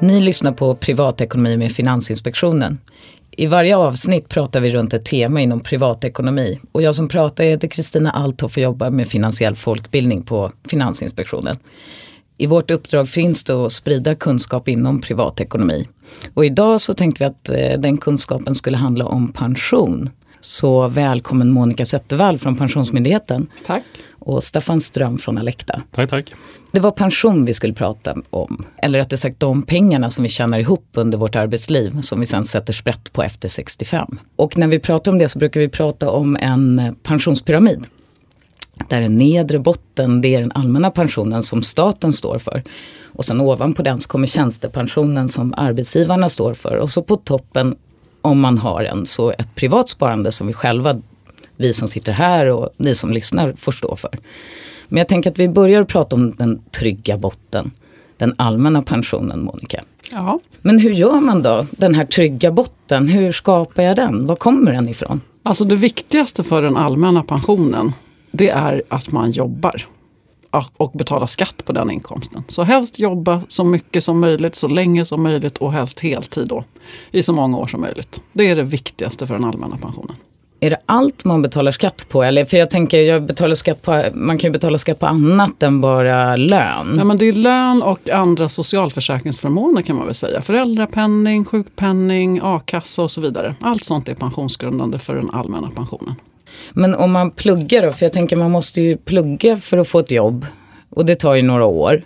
Ni lyssnar på Privatekonomi med Finansinspektionen. I varje avsnitt pratar vi runt ett tema inom privatekonomi. Och jag som pratar heter Kristina Althoff och jobbar med finansiell folkbildning på Finansinspektionen. I vårt uppdrag finns det att sprida kunskap inom privatekonomi. Och idag så tänkte vi att den kunskapen skulle handla om pension. Så välkommen Monica Zettervall från Pensionsmyndigheten. Tack. Och Staffan Ström från Alecta. Tack. Det var pension vi skulle prata om. Eller rättare sagt de pengarna som vi tjänar ihop under vårt arbetsliv som vi sen sätter sprätt på efter 65. Och när vi pratar om det så brukar vi prata om en pensionspyramid. Där den nedre botten, det är den allmänna pensionen som staten står för. Och sen ovanpå den så kommer tjänstepensionen som arbetsgivarna står för. Och så på toppen, om man har en, så ett privat sparande som vi själva, vi som sitter här och ni som lyssnar får stå för. Men jag tänker att vi börjar prata om den trygga botten, den allmänna pensionen, Monica. Ja. Men hur gör man då, den här trygga botten? Hur skapar jag den? Var kommer den ifrån? Alltså det viktigaste för den allmänna pensionen, det är att man jobbar och betalar skatt på den inkomsten. Så helst jobba så mycket som möjligt, så länge som möjligt och helst heltid då, i så många år som möjligt. Det är det viktigaste för den allmänna pensionen. Är det allt man betalar skatt på? Eller, för jag tänker, man kan ju betala skatt på annat än bara lön. Ja, men det är lön och andra socialförsäkringsförmåner kan man väl säga. Föräldrapenning, sjukpenning, a-kassa och så vidare. Allt sånt är pensionsgrundande för den allmänna pensionen. Men om man pluggar då, för jag tänker man måste ju plugga för att få ett jobb. Och det tar ju några år.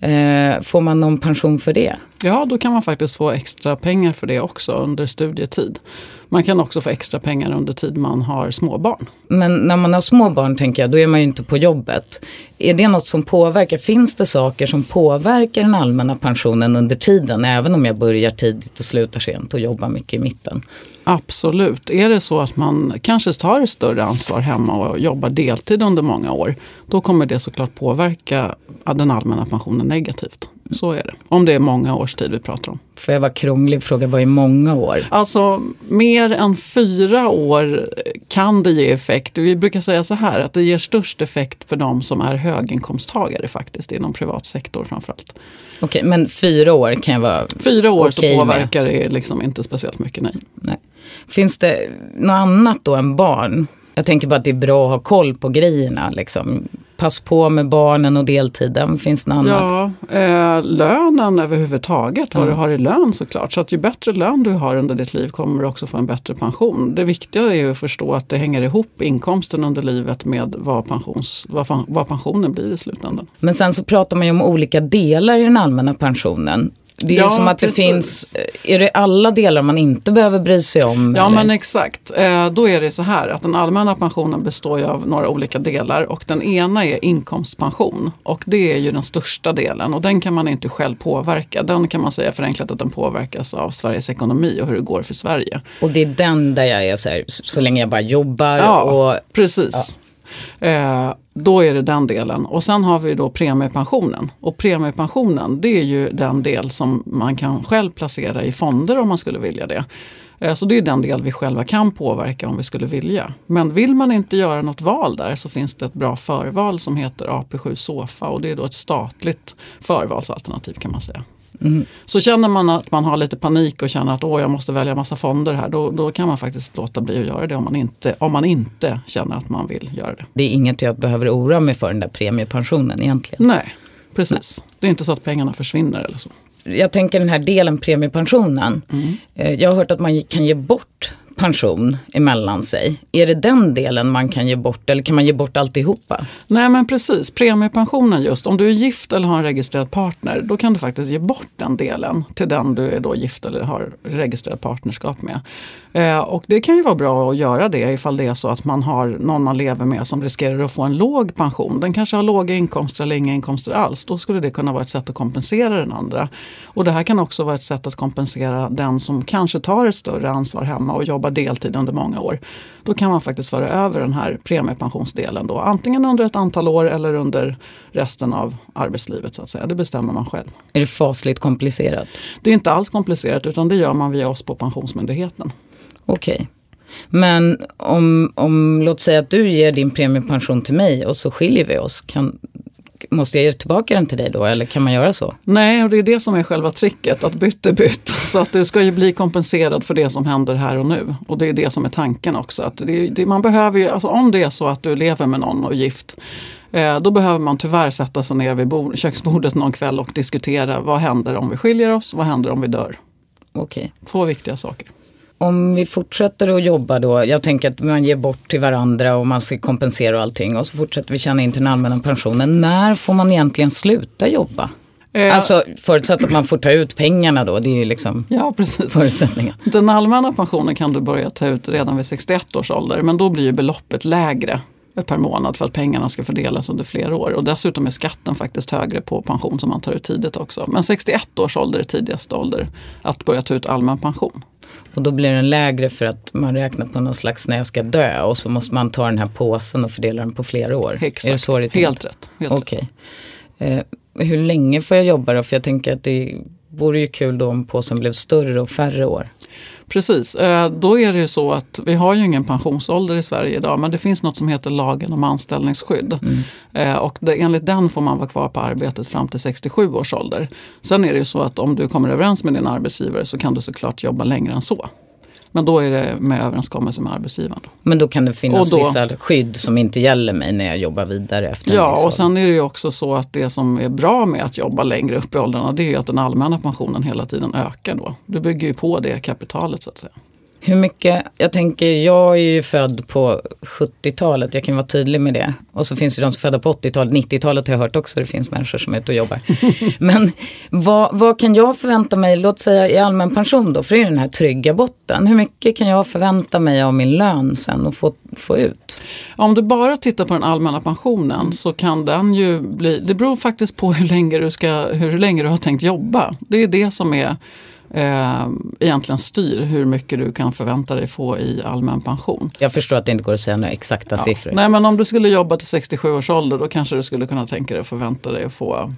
Får man någon pension för det? Ja, då kan man faktiskt få extra pengar för det också under studietid. Man kan också få extra pengar under tid man har småbarn. Men när man har småbarn tänker jag, då är man ju inte på jobbet. Är det något som påverkar? Finns det saker som påverkar den allmänna pensionen under tiden? Även om jag börjar tidigt och slutar sent och jobbar mycket i mitten. Absolut. Är det så att man kanske tar ett större ansvar hemma och jobbar deltid under många år, då kommer det såklart påverka den allmänna pensionen negativt. Så är det. Om det är många års tid vi pratar om. Får jag vara krånglig fråga, vad är många år? Alltså mer än 4 år kan det ge effekt. Vi brukar säga så här att det ger störst effekt för de som är höginkomsttagare faktiskt inom privat sektor framförallt. Okej, men 4 år kan jag vara 4 år okej så påverkar det liksom inte speciellt mycket, nej. Finns det något annat då än barn? Jag tänker bara att det är bra att ha koll på grejerna liksom. Pass på med barnen och deltiden. Finns det något annat? Ja, lönen överhuvudtaget. Vad du har i lön såklart. Så att ju bättre lön du har under ditt liv kommer du också få en bättre pension. Det viktiga är ju att förstå att det hänger ihop inkomsten under livet med vad pensionen blir i slutändan. Men sen så pratar man ju om olika delar i den allmänna pensionen. Det är ju som att precis. Det finns, är det alla delar man inte behöver bry sig om? Ja, eller? Men exakt. Då är det så här att den allmänna pensionen består ju av några olika delar och den ena är inkomstpension och det är ju den största delen och den kan man inte själv påverka. Den kan man säga förenklat att den påverkas av Sveriges ekonomi och hur det går för Sverige. Och det är den där jag är så länge jag bara jobbar. Ja, och precis. Ja. Då är det den delen. Och sen har vi då premiepensionen. Och premiepensionen, det är ju den del som man kan själv placera i fonder om man skulle vilja det. Så det är den del vi själva kan påverka om vi skulle vilja. Men vill man inte göra något val där så finns det ett bra förval som heter AP7 SOFA. Och det är då ett statligt förvalsalternativ kan man säga. Mm. Så känner man att man har lite panik och känner att jag måste välja massa fonder här, då kan man faktiskt låta bli att göra det om man inte känner att man vill göra det. Det är inget jag behöver oroa mig för den där premiepensionen egentligen. Nej, precis. Nej. Det är inte så att pengarna försvinner eller så. Jag tänker den här delen premiepensionen. Jag har hört att man kan ge bort pension emellan sig. Är det den delen man kan ge bort eller kan man ge bort alltihopa? Nej men precis, premiepensionen just. Om du är gift eller har en registrerad partner då kan du faktiskt ge bort den delen till den du är då gift eller har registrerat partnerskap med. Och det kan ju vara bra att göra det ifall det är så att man har någon man lever med som riskerar att få en låg pension. Den kanske har låga inkomster eller inga inkomster alls. Då skulle det kunna vara ett sätt att kompensera den andra. Och det här kan också vara ett sätt att kompensera den som kanske tar ett större ansvar hemma och jobbar deltid under många år. Då kan man faktiskt föra över den här premiepensionsdelen då. Antingen under ett antal år eller under resten av arbetslivet så att säga. Det bestämmer man själv. Är det fasligt komplicerat? Det är inte alls komplicerat utan det gör man via oss på Pensionsmyndigheten. Okej. Men om låt säga att du ger din premiepension till mig och så skiljer vi oss. måste jag ge tillbaka den till dig då, eller kan man göra så? Nej, och det är det som är själva tricket, att byta bytt. Så att du ska ju bli kompenserad för det som händer här och nu. Och det är det som är tanken också. Att man behöver ju, alltså om det är så att du lever med någon och är gift, då behöver man tyvärr sätta sig ner vid köksbordet någon kväll och diskutera vad händer om vi skiljer oss, vad händer om vi dör. Okej. 2 viktiga saker. Om vi fortsätter att jobba då, jag tänker att man ger bort till varandra och man ska kompensera och allting, och så fortsätter vi tjäna in till den allmänna pensionen. När får man egentligen sluta jobba? Alltså förutsatt att man får ta ut pengarna då, det är ju liksom förutsättningen. Den allmänna pensionen kan du börja ta ut redan vid 61 års ålder, men då blir ju beloppet lägre per månad för att pengarna ska fördelas under flera år. Och dessutom är skatten faktiskt högre på pension som man tar ut tidigt också. Men 61 års ålder är tidigaste ålder att börja ta ut allmän pension. Och då blir den lägre för att man räknat på någon slags när jag ska dö, och så måste man ta den här påsen och fördela den på flera år. Exakt, är det så det helt rätt. Okej. Hur länge får jag jobba då? För jag tänker att det vore ju kul då om påsen blev större och färre år. Precis, då är det ju så att vi har ju ingen pensionsålder i Sverige idag, men det finns något som heter lagen om anställningsskydd. Och enligt den får man vara kvar på arbetet fram till 67 års ålder. Sen är det ju så att om du kommer överens med din arbetsgivare så kan du såklart jobba längre än så. Men då är det med överenskommelse med arbetsgivaren. Men då kan det finnas vissa skydd som inte gäller mig när jag jobbar vidare efter en viss och sen är det ju också så att det som är bra med att jobba längre upp i åldrarna, det är ju att den allmänna pensionen hela tiden ökar då. Du bygger ju på det kapitalet så att säga. Hur mycket, jag tänker, jag är ju född på 70-talet, jag kan vara tydlig med det. Och så finns det de som är födda på 80-talet, 90-talet har jag hört också, det finns människor som är ute och jobbar. Men vad kan jag förvänta mig, låt säga i allmän pension då, för det är den här trygga botten. Hur mycket kan jag förvänta mig av min lön sen och få ut? Om du bara tittar på den allmänna pensionen så kan den ju bli, det beror faktiskt på hur länge du har tänkt jobba. Det är det som är egentligen styr hur mycket du kan förvänta dig få i allmän pension. Jag förstår att det inte går att säga några exakta siffror. Nej, men om du skulle jobba till 67 års ålder, då kanske du skulle kunna tänka dig att förvänta dig att få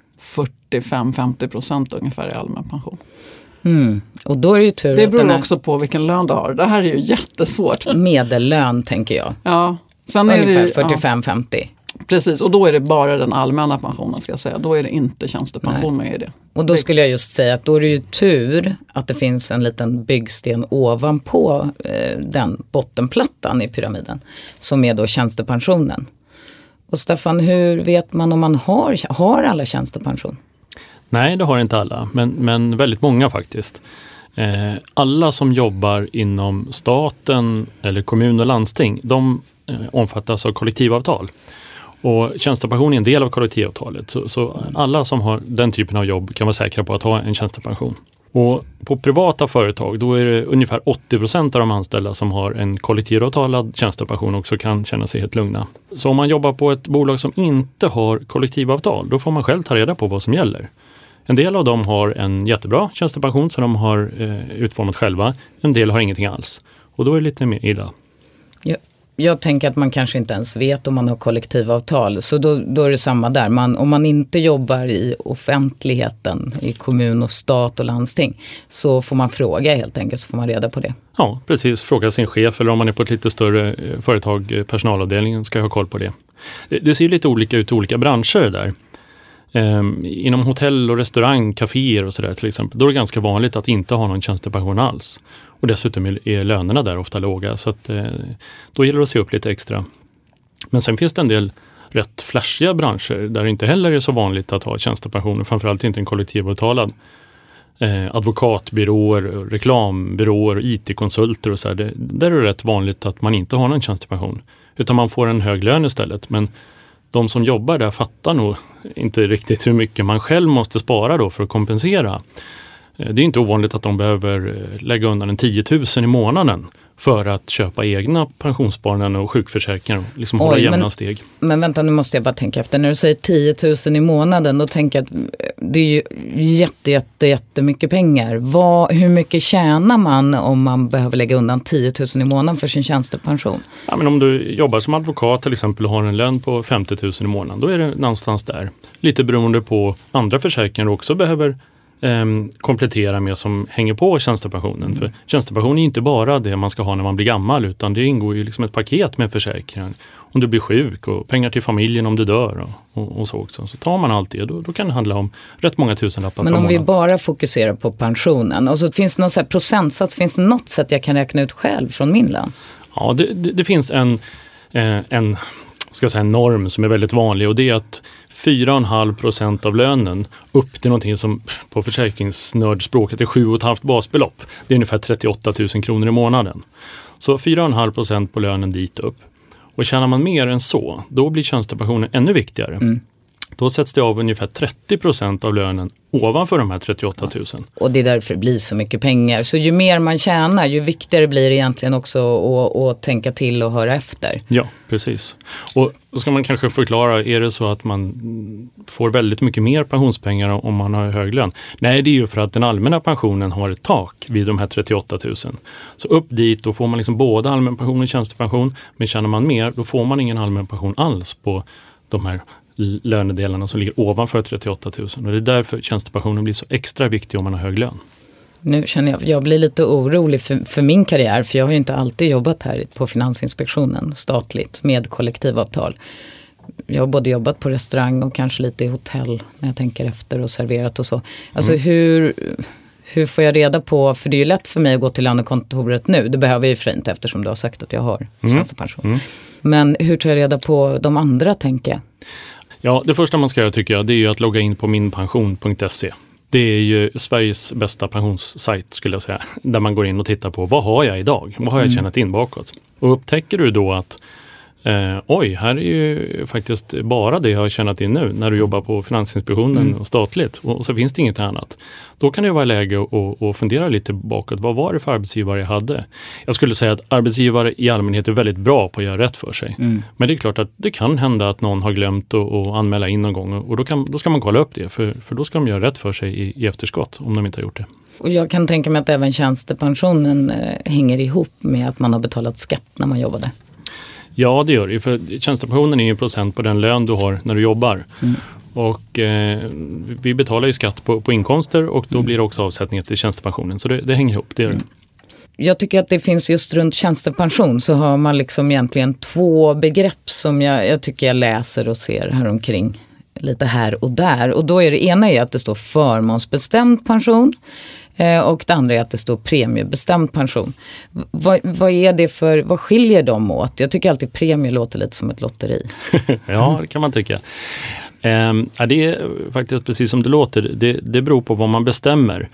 45-50% ungefär i allmän pension. Och då är det ju tur det beror också på vilken lön du har. Det här är ju jättesvårt. Medellön tänker jag. Ja. Sen är ungefär 45-50. Precis, och då är det bara den allmänna pensionen ska jag säga. Då är det inte tjänstepension med i det. Och då skulle jag just säga att då är det ju tur att det finns en liten byggsten ovanpå den bottenplattan i pyramiden. Som är då tjänstepensionen. Och Staffan, hur vet man om man har alla tjänstepension? Nej, det har inte alla, men väldigt många faktiskt. Alla som jobbar inom staten eller kommun och landsting, de omfattas av kollektivavtal. Och tjänstepension är en del av kollektivavtalet. Så alla som har den typen av jobb kan vara säkra på att ha en tjänstepension. Och på privata företag då är det ungefär 80% av de anställda som har en kollektivavtalad tjänstepension också kan känna sig helt lugna. Så om man jobbar på ett bolag som inte har kollektivavtal, då får man själv ta reda på vad som gäller. En del av dem har en jättebra tjänstepension som de har utformat själva. En del har ingenting alls. Och då är det lite mer illa. Jag tänker att man kanske inte ens vet om man har kollektivavtal. Så då är det samma där. Om man inte jobbar i offentligheten, i kommun och stat och landsting, så får man fråga helt enkelt, så får man reda på det. Ja, precis. Fråga sin chef, eller om man är på ett lite större företag, personalavdelningen ska ha koll på det. Det ser lite olika ut i olika branscher där. Inom hotell och restaurang, kaféer och sådär till exempel, då är det ganska vanligt att inte ha någon tjänstepension alls. Och dessutom är lönerna där ofta låga, så att då gäller det att se upp lite extra. Men sen finns det en del rätt flashiga branscher där det inte heller är så vanligt att ha tjänstepensioner, framförallt inte en kollektivavtalad. Advokatbyråer, reklambyråer, IT-konsulter och så här. Där är det rätt vanligt att man inte har någon tjänstepension, utan man får en hög lön istället. Men de som jobbar där fattar nog inte riktigt hur mycket man själv måste spara då för att kompensera. Det är inte ovanligt att de behöver lägga undan en 10 000 i månaden för att köpa egna pensionssparanden och sjukförsäkringar och liksom hålla jämna steg. Men vänta, nu måste jag bara tänka efter. När du säger 10 000 i månaden, då tänker jag att det är ju jättemycket pengar. Hur mycket tjänar man om man behöver lägga undan 10 000 i månaden för sin tjänstepension? Ja, men om du jobbar som advokat till exempel och har en lön på 50 000 i månaden, då är det någonstans där. Lite beroende på andra försäkringar du också behöver komplettera med som hänger på tjänstepensionen. För tjänstepension är inte bara det man ska ha när man blir gammal, utan det ingår ju liksom ett paket med försäkringar. Om du blir sjuk och pengar till familjen om du dör och så också. Så tar man allt det, då kan det handla om rätt många tusenlappar per månad. Men om vi bara fokuserar på pensionen, och så finns det någon så här procentsats, finns det något sätt jag kan räkna ut själv från min lön? Ja, det finns en norm som är väldigt vanlig, och det är att 4,5% av lönen upp till någonting som på försäkringsnördspråket är 7,5 basbelopp. Det är ungefär 38 000 kronor i månaden. Så 4,5% på lönen dit upp. Och tjänar man mer än så, då blir tjänstepensionen ännu viktigare. Mm. Då sätts det av ungefär 30% av lönen ovanför de här 38 000. Och det är därför det blir så mycket pengar. Så ju mer man tjänar, ju viktigare blir det egentligen också att tänka till och höra efter. Ja, precis. Och då ska man kanske förklara, är det så att man får väldigt mycket mer pensionspengar om man har hög lön? Nej, det är ju för att den allmänna pensionen har ett tak vid de här 38 000. Så upp dit, då får man liksom både allmän pension och tjänstepension. Men tjänar man mer, då får man ingen allmän pension alls på de här lönedelarna som ligger ovanför 38 000. Och det är därför tjänstepensionen blir så extra viktig om man har hög lön. Nu känner jag blir lite orolig för min karriär, för jag har ju inte alltid jobbat här på Finansinspektionen statligt med kollektivavtal. Jag har både jobbat på restaurang och kanske lite i hotell när jag tänker efter och serverat och så. Alltså hur får jag reda på, för det är ju lätt för mig att gå till lönekontoret nu. Det behöver jag ju för inte eftersom du har sagt att jag har tjänstepension. Men hur tar jag reda på de andra, tänker jag? Ja, det första man ska göra tycker jag, det är ju att logga in på minpension.se. Det är ju Sveriges bästa pensionssajt skulle jag säga. Där man går in och tittar på, vad har jag idag? Vad har jag tjänat in bakåt? Och upptäcker du då att här är ju faktiskt bara det jag har tjänat in nu när du jobbar på Finansinspektionen och statligt, och så finns det inget annat. Då kan det vara läge att fundera lite bakåt. Vad var det för arbetsgivare jag hade? Jag skulle säga att arbetsgivare i allmänhet är väldigt bra på att göra rätt för sig. Men det är klart att det kan hända att någon har glömt att anmäla in någon gång, och då ska man kolla upp det, för då ska de göra rätt för sig i efterskott om de inte har gjort det. Och jag kan tänka mig att även tjänstepensionen hänger ihop med att man har betalat skatt när man jobbade. Ja, det gör det. För tjänstepensionen är ju 1% på den lön du har när du jobbar. Och vi betalar ju skatt på inkomster, och då blir det också avsättningar till tjänstepensionen. Så det hänger ihop, det gör det. Jag tycker att det finns just runt tjänstepension, så har man liksom egentligen två begrepp som jag tycker jag läser och ser här omkring lite här och där. Och då är det ena är att det står förmånsbestämd pension. Och det andra är att det står premiebestämd pension. Vad är det för, vad skiljer de åt? Jag tycker alltid premie låter lite som ett lotteri. Ja, det kan man tycka. Det är faktiskt precis som det låter. Det beror på vad man bestämmer.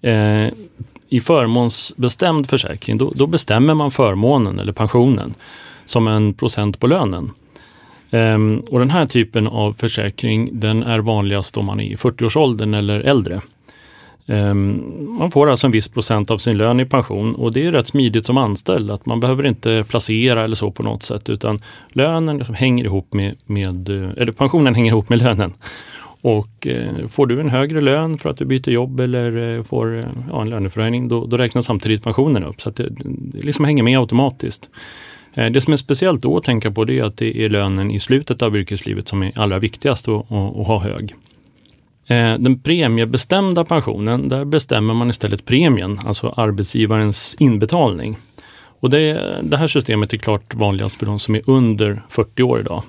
I förmånsbestämd försäkring, då bestämmer man förmånen eller pensionen som en procent på lönen. Och den här typen av försäkring, den är vanligast om man är i 40-årsåldern eller äldre. Man får alltså en viss procent av sin lön i pension, och det är rätt smidigt som anställd att man behöver inte placera eller så på något sätt, utan lönen liksom hänger ihop eller pensionen hänger ihop med lönen. Och får du en högre lön för att du byter jobb eller får en löneförhöjning, då räknas samtidigt pensionen upp, så att det liksom hänger med automatiskt. Det som är speciellt då att tänka på, det är att det är lönen i slutet av yrkeslivet som är allra viktigast att ha hög. Den premiebestämda pensionen, där bestämmer man istället premien, alltså arbetsgivarens inbetalning. Och det här systemet är klart vanligast för de som är under 40 år idag.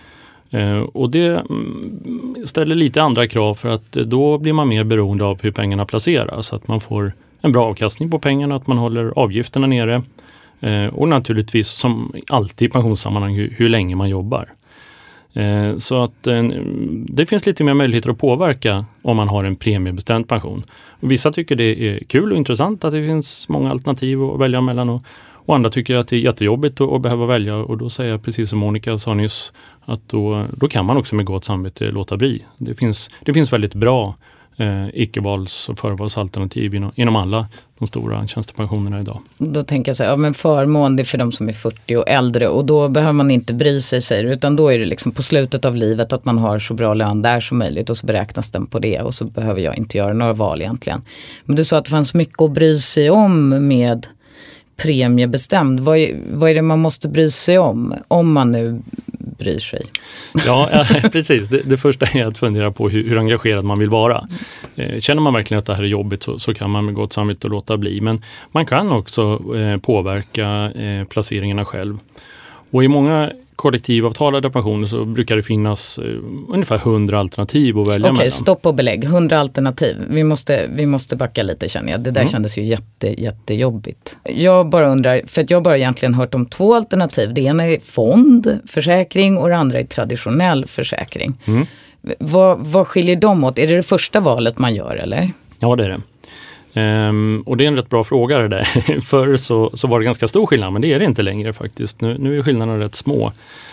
Och det ställer lite andra krav, för att då blir man mer beroende av hur pengarna placeras. Så att man får en bra avkastning på pengarna, att man håller avgifterna nere. Och naturligtvis som alltid i pensionssammanhang hur länge man jobbar. Så att det finns lite mer möjligheter att påverka om man har en premiebestämd pension. Och vissa tycker det är kul och intressant att det finns många alternativ att välja mellan, och andra tycker att det är jättejobbigt att behöva välja, och då säger jag precis som Monica sa nyss att då kan man också med gott samvete låta bli. Det finns väldigt bra icke-vals- och förvalsalternativ inom alla de stora tjänstepensionerna idag. Då tänker jag så här, men förmån det är för de som är 40 och äldre, och då behöver man inte bry sig, säger du, utan då är det liksom på slutet av livet att man har så bra lön där som möjligt, och så beräknas den på det, och så behöver jag inte göra några val egentligen. Men du sa att det fanns mycket att bry sig om med premiebestämd. Vad är det man måste bry sig om man nu bryr sig. Ja, precis. Det första är att fundera på hur engagerad man vill vara. Känner man verkligen att det här är jobbigt så kan man med gott samvete låta bli. Men man kan också påverka placeringarna själv. Och i många kollektivavtalade pensioner så brukar det finnas ungefär 100 alternativ att välja mellan. Okej, stopp och belägg. 100 alternativ. Vi måste backa lite, känner jag. Det där kändes ju jättejobbigt. Jag bara undrar, för att jag bara egentligen hört om 2 alternativ. Det ena är fondförsäkring och det andra är traditionell försäkring. Vad skiljer de åt? Är det första valet man gör, eller? Ja, det är det. Och det är en rätt bra fråga det där. Förr så var det ganska stor skillnad, men det är det inte längre faktiskt. Nu är skillnaderna rätt små.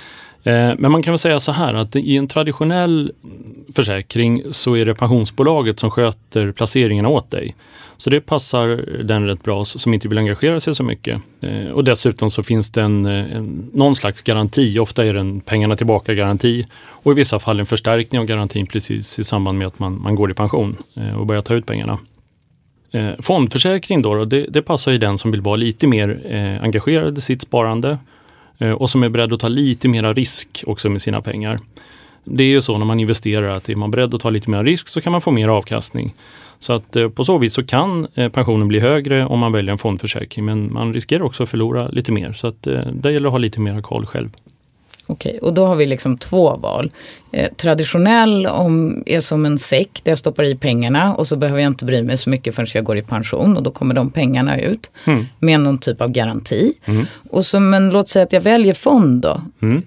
Men man kan väl säga så här att i en traditionell försäkring så är det pensionsbolaget som sköter placeringarna åt dig. Så det passar den rätt bra som inte vill engagera sig så mycket. Och dessutom så finns det någon slags garanti. Ofta är det en pengarna tillbaka garanti och i vissa fall en förstärkning av garantin precis i samband med att man går i pension och börjar ta ut pengarna. Fondförsäkring då, det passar ju den som vill vara lite mer engagerad i sitt sparande och som är beredd att ta lite mera risk också med sina pengar. Det är ju så när man investerar att är man beredd att ta lite mer risk så kan man få mer avkastning. Så att på så vis så kan pensionen bli högre om man väljer en fondförsäkring, men man riskerar också att förlora lite mer. Så att det gäller att ha lite mer koll själv. Okej, och då har vi liksom 2 val. Traditionell är som en säck där jag stoppar i pengarna och så behöver jag inte bry mig så mycket förrän jag går i pension och då kommer de pengarna ut med någon typ av garanti. Och så, men låt säga att jag väljer fond då.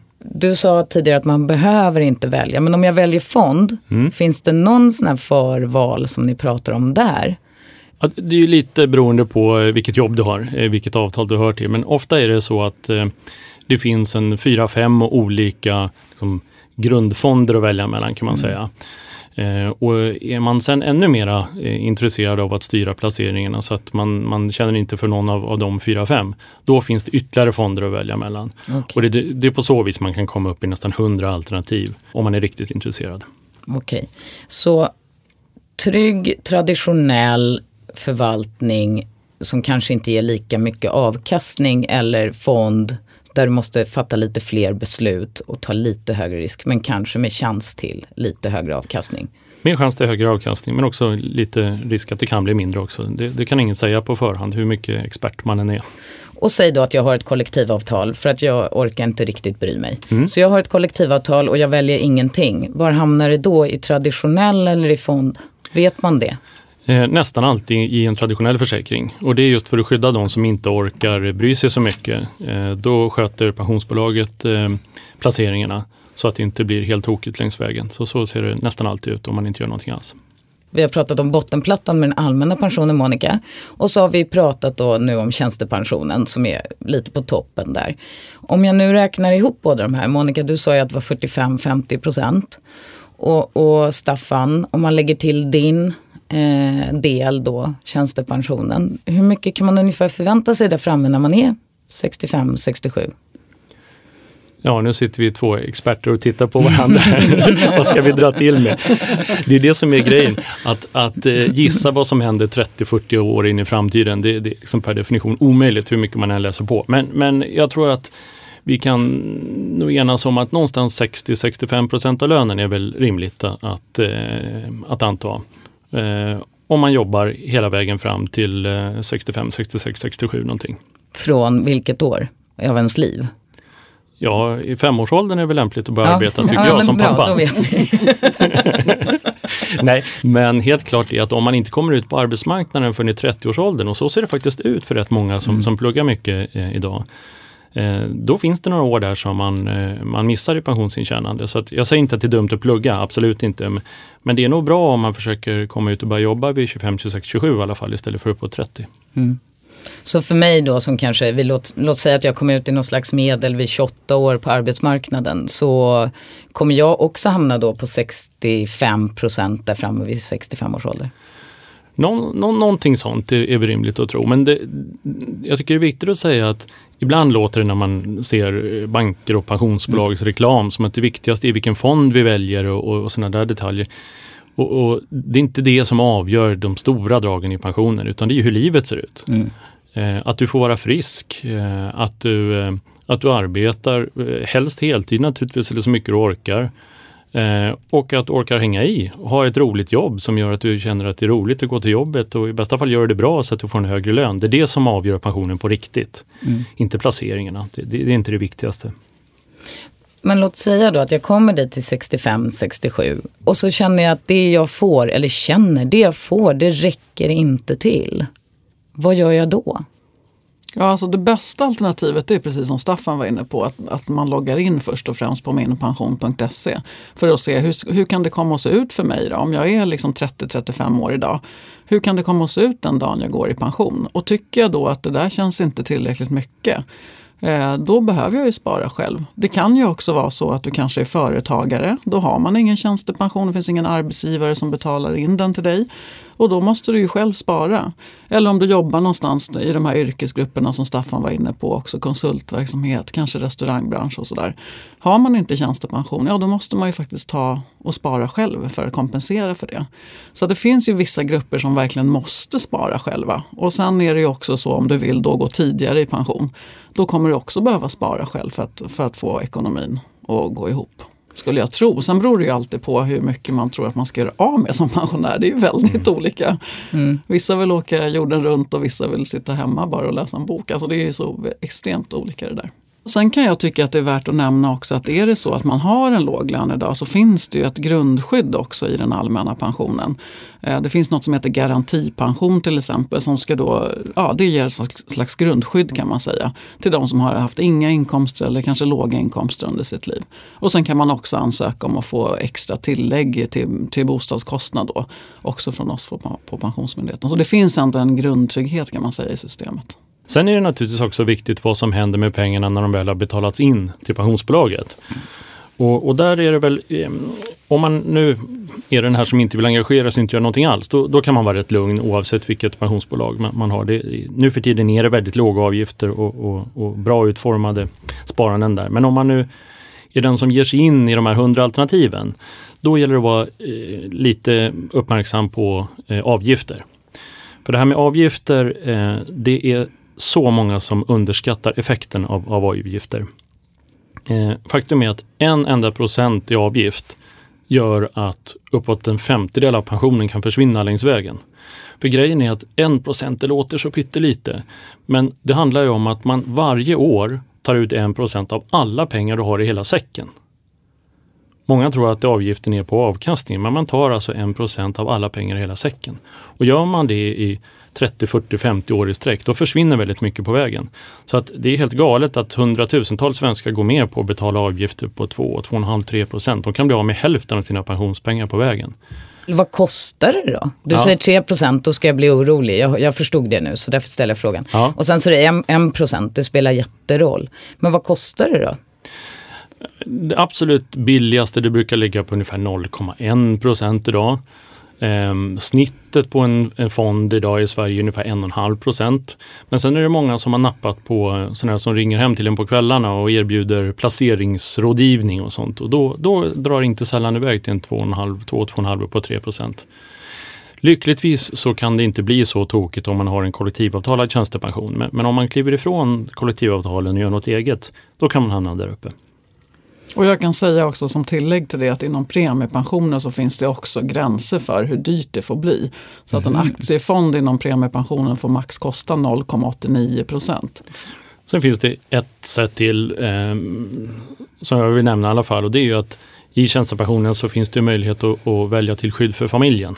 Du sa tidigare att man behöver inte välja, men om jag väljer fond, finns det någon sån här förval som ni pratar om där? Ja, det är ju lite beroende på vilket jobb du har, vilket avtal du hör till, men ofta är det så att det finns en 4-5 olika liksom, grundfonder att välja mellan kan man säga. Och är man sen ännu mera intresserad av att styra placeringarna så att man känner inte för någon av de 4-5, då finns det ytterligare fonder att välja mellan. Okay. Och det är på så vis man kan komma upp i nästan 100 alternativ om man är riktigt intresserad. Okej, så trygg, traditionell förvaltning som kanske inte ger lika mycket avkastning eller fond där du måste fatta lite fler beslut och ta lite högre risk, men kanske med chans till lite högre avkastning. Mer chans till högre avkastning, men också lite risk att det kan bli mindre också. Det kan ingen säga på förhand hur mycket expert man än är. Och säg då att jag har ett kollektivavtal för att jag orkar inte riktigt bry mig. Så jag har ett kollektivavtal och jag väljer ingenting. Var hamnar det då? I traditionell eller i fond? Vet man det? Nästan alltid i en traditionell försäkring. Och det är just för att skydda de som inte orkar bry sig så mycket. Då sköter pensionsbolaget placeringarna så att det inte blir helt tokigt längs vägen. Så ser det nästan alltid ut om man inte gör någonting alls. Vi har pratat om bottenplattan med den allmänna pensionen, Monica. Och så har vi pratat då nu om tjänstepensionen som är lite på toppen där. Om jag nu räknar ihop båda de här, Monica, du sa ju att det var 45-50%. Och Staffan, om man lägger till din del då, tjänstepensionen. Hur mycket kan man ungefär förvänta sig där framme när man är 65-67? Ja, nu sitter vi 2 experter och tittar på varandra. Vad ska vi dra till med? Det är det som är grejen. Att gissa vad som händer 30-40 år in i framtiden, det är liksom per definition omöjligt hur mycket man än läser på. Men jag tror att vi kan nog enas om att någonstans 60-65% av lönen är väl rimligt att anta. Om man jobbar hela vägen fram till 65, 66, 67 någonting. Från vilket år av ens liv? Ja, i 5-årsåldern är väl lämpligt att börja arbeta tycker jag som pappa. Då vet vi. Nej, men helt klart är att om man inte kommer ut på arbetsmarknaden förrän i 30-årsåldern, och så ser det faktiskt ut för rätt många som pluggar mycket idag. Då finns det några år där som man missar i pensionsintjänande. Så att jag säger inte att det är dumt att plugga, absolut inte. Men det är nog bra om man försöker komma ut och börja jobba vid 25, 26, 27 i alla fall istället för uppåt 30. Så för mig då som kanske, låt säga att jag kommer ut i någon slags medel vid 28 år på arbetsmarknaden, så kommer jag också hamna då på 65% där framme vid 65 års ålder. Någonting sånt är rimligt att tro. Men jag tycker det är viktigt att säga att ibland låter det när man ser banker och pensionsbolags reklam som att det viktigaste är vilken fond vi väljer och sådana där detaljer. Och det är inte det som avgör de stora dragen i pensionen, utan det är ju hur livet ser ut. Att du får vara frisk, att att du arbetar helst heltid naturligtvis eller så mycket du orkar. Och att du orkar hänga i och ha ett roligt jobb som gör att du känner att det är roligt att gå till jobbet och i bästa fall gör det bra så att du får en högre lön. Det är det som avgör pensionen på riktigt. Inte placeringarna. Det är inte det viktigaste. Men låt säga då att jag kommer dit till 65-67 och så känner jag att det jag får, det räcker inte till. Vad gör jag då? Ja, alltså det bästa alternativet är precis som Staffan var inne på, att man loggar in först och främst på minpension.se för att se hur kan det komma att se ut för mig då? Om jag är liksom 30-35 år idag, hur kan det komma att se ut den dagen jag går i pension? Och tycker jag då att det där känns inte tillräckligt mycket, då behöver jag ju spara själv. Det kan ju också vara så att du kanske är företagare. Då har man ingen tjänstepension, det finns ingen arbetsgivare som betalar in den till dig. Och då måste du ju själv spara. Eller om du jobbar någonstans i de här yrkesgrupperna som Staffan var inne på, också konsultverksamhet, kanske restaurangbransch och sådär. Har man inte tjänstepension, ja då måste man ju faktiskt ta och spara själv för att kompensera för det. Så det finns ju vissa grupper som verkligen måste spara själva. Och sen är det ju också så om du vill då gå tidigare i pension, då kommer du också behöva spara själv för att få ekonomin att gå ihop. Skulle jag tro. Sen beror det ju alltid på hur mycket man tror att man ska göra av med som pensionär. Det är ju väldigt olika. Vissa vill åka jorden runt och vissa vill sitta hemma bara och läsa en bok. Alltså det är ju så extremt olika det där. Och sen kan jag tycka att det är värt att nämna också att är det så att man har en låg lön idag så finns det ju ett grundskydd också i den allmänna pensionen. Det finns något som heter garantipension till exempel som ska då, det ger ett slags grundskydd kan man säga till de som har haft inga inkomster eller kanske låga inkomster under sitt liv. Och sen kan man också ansöka om att få extra tillägg till bostadskostnad då, också från oss på Pensionsmyndigheten. Så det finns ändå en grundtrygghet kan man säga i systemet. Sen är det naturligtvis också viktigt vad som händer med pengarna när de väl har betalats in till pensionsbolaget. Och där är det väl, om man nu är den här som inte vill engagera sig och inte gör någonting alls, då kan man vara rätt lugn oavsett vilket pensionsbolag man har. Nu för tiden är det väldigt låga avgifter och bra utformade sparanden där. Men om man nu är den som ger sig in i de här 100 alternativen, då gäller det att vara lite uppmärksam på avgifter. För det här med avgifter, det är så många som underskattar effekten av avgifter. Faktum är att 1% i avgift gör att uppåt en 50% av pensionen kan försvinna längs vägen. För grejen är att 1% det låter så pyttelite. Men det handlar ju om att man varje år tar ut 1% av alla pengar du har i hela säcken. Många tror att avgiften är på avkastningen, men man tar alltså 1% av alla pengar i hela säcken. Och gör man det i 30, 40, 50 år i sträck, då försvinner väldigt mycket på vägen. Så att det är helt galet att hundratusentals svenskar går med på att betala avgifter på 2,5-3%. De kan bli av med hälften av sina pensionspengar på vägen. Vad kostar det då? Du säger 3%, då ska jag bli orolig. Jag förstod det nu, så därför ställer jag frågan. Ja. Och sen så är det 1%, det spelar jätteroll. Men vad kostar det då? Det absolut billigaste, det brukar ligga på ungefär 0,1% idag. Snittet på en fond idag i Sverige är ungefär 1,5%. Men sen är det många som har nappat på sådana som ringer hem till en på kvällarna och erbjuder placeringsrådgivning och sånt. Och då drar inte sällan iväg till en 2,5 på 3%. Lyckligtvis så kan det inte bli så tokigt om man har en kollektivavtalad tjänstepension. Men om man kliver ifrån kollektivavtalen och gör något eget, då kan man hamna där uppe. Och jag kan säga också som tillägg till det att inom premiepensioner så finns det också gränser för hur dyrt det får bli. Så att en aktiefond inom premiepensionen får max kosta 0,89%. Sen finns det ett sätt till som jag vill nämna i alla fall, och det är ju att i tjänstepensionen så finns det möjlighet att välja till skydd för familjen.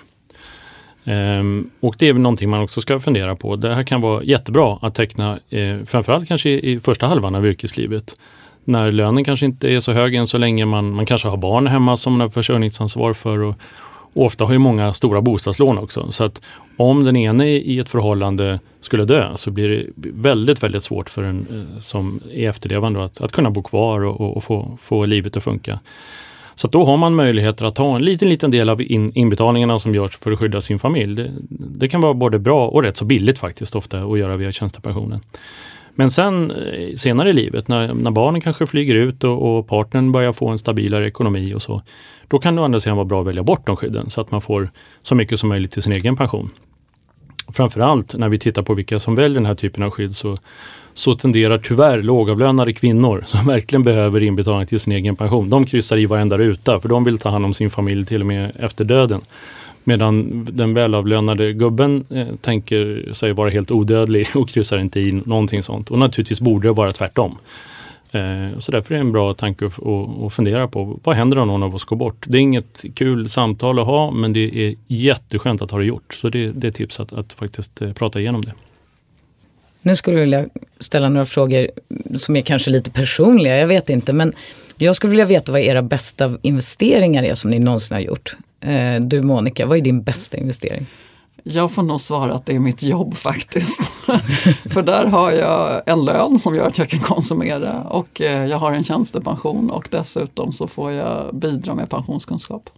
Och det är väl någonting man också ska fundera på. Det här kan vara jättebra att teckna framförallt kanske i första halvan av yrkeslivet. När lönen kanske inte är så hög än så länge man kanske har barn hemma som man har försörjningsansvar för och ofta har ju många stora bostadslån också. Så att om den ene i ett förhållande skulle dö så blir det väldigt, väldigt svårt för en som är efterlevande att kunna bo kvar och få livet att funka. Så att då har man möjligheter att ta en liten del av inbetalningarna som görs för att skydda sin familj. Det kan vara både bra och rätt så billigt faktiskt ofta att göra via tjänstepensionen. Men sen senare i livet när barnen kanske flyger ut och partnern börjar få en stabilare ekonomi och så, då kan det å andra sidan vara bra att välja bort de skydden så att man får så mycket som möjligt till sin egen pension. Framförallt när vi tittar på vilka som väljer den här typen av skydd så tenderar tyvärr lågavlönade kvinnor som verkligen behöver inbetalning till sin egen pension. De kryssar i varenda ruta för de vill ta hand om sin familj till och med efter döden. Medan den välavlönade gubben tänker sig vara helt odödlig och kryssar inte i någonting sånt. Och naturligtvis borde det vara tvärtom. Så därför är det en bra tanke att fundera på. Vad händer om någon av oss går bort? Det är inget kul samtal att ha, men det är jätteskönt att ha det gjort. Så det är tips att faktiskt prata igenom det. Nu skulle jag vilja ställa några frågor som är kanske lite personliga, jag vet inte. Men jag skulle vilja veta vad era bästa investeringar är som ni någonsin har gjort. Du Monica, vad är din bästa investering? Jag får nog svara att det är mitt jobb faktiskt. För där har jag en lön som gör att jag kan konsumera och jag har en tjänstepension och dessutom så får jag bidra med pensionskunskap.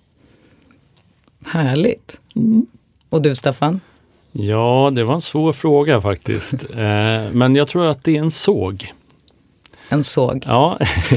Härligt. Och du Staffan? Ja, det var en svår fråga faktiskt. Men jag tror att det är en såg. En såg? Ja,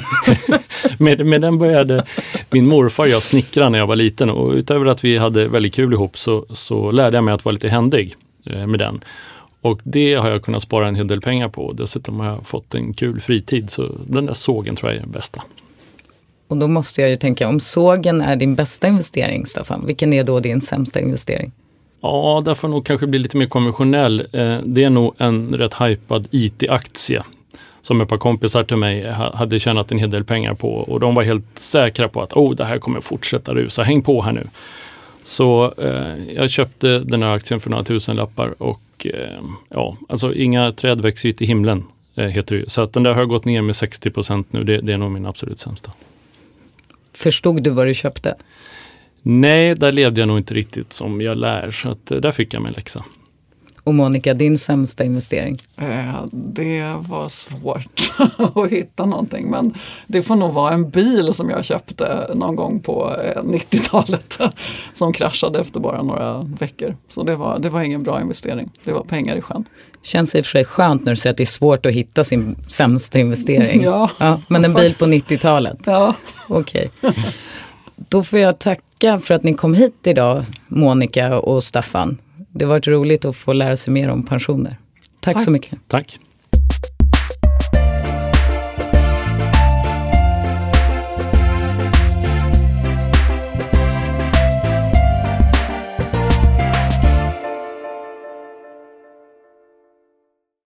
med den började min morfar och jag snickra när jag var liten. Och utöver att vi hade väldigt kul ihop så lärde jag mig att vara lite händig med den. Och det har jag kunnat spara en hel del pengar på. Dessutom har jag fått en kul fritid, så den där sågen tror jag är den bästa. Och då måste jag ju tänka, om sågen är din bästa investering, Staffan, vilken är då din sämsta investering? Ja, där får nog kanske bli lite mer konventionell. Det är nog en rätt hypad IT-aktie som ett par kompisar till mig hade tjänat en hel del pengar på. Och de var helt säkra på att det här kommer fortsätta rusa. Häng på här nu. Så jag köpte den här aktien för några tusenlappar och alltså inga träd växer till himlen heter det ju. Så att den där har gått ner med 60% nu. Det är nog min absolut sämsta. Förstod du vad du köpte? Nej, där levde jag nog inte riktigt som jag lär. Så att där fick jag mig läxa. Och Monica, din sämsta investering? Det var svårt att hitta någonting, men det får nog vara en bil som jag köpte någon gång på 90-talet som kraschade efter bara några veckor. Så det var ingen bra investering. Det var pengar i sjön. Känns i och för sig skönt när du säger att det är svårt att hitta sin sämsta investering. Ja. Men en bil på 90-talet? Ja. Okej. Då får jag tacka för att ni kom hit idag, Monica och Staffan. Det har varit roligt att få lära sig mer om pensioner. Tack så mycket. Tack.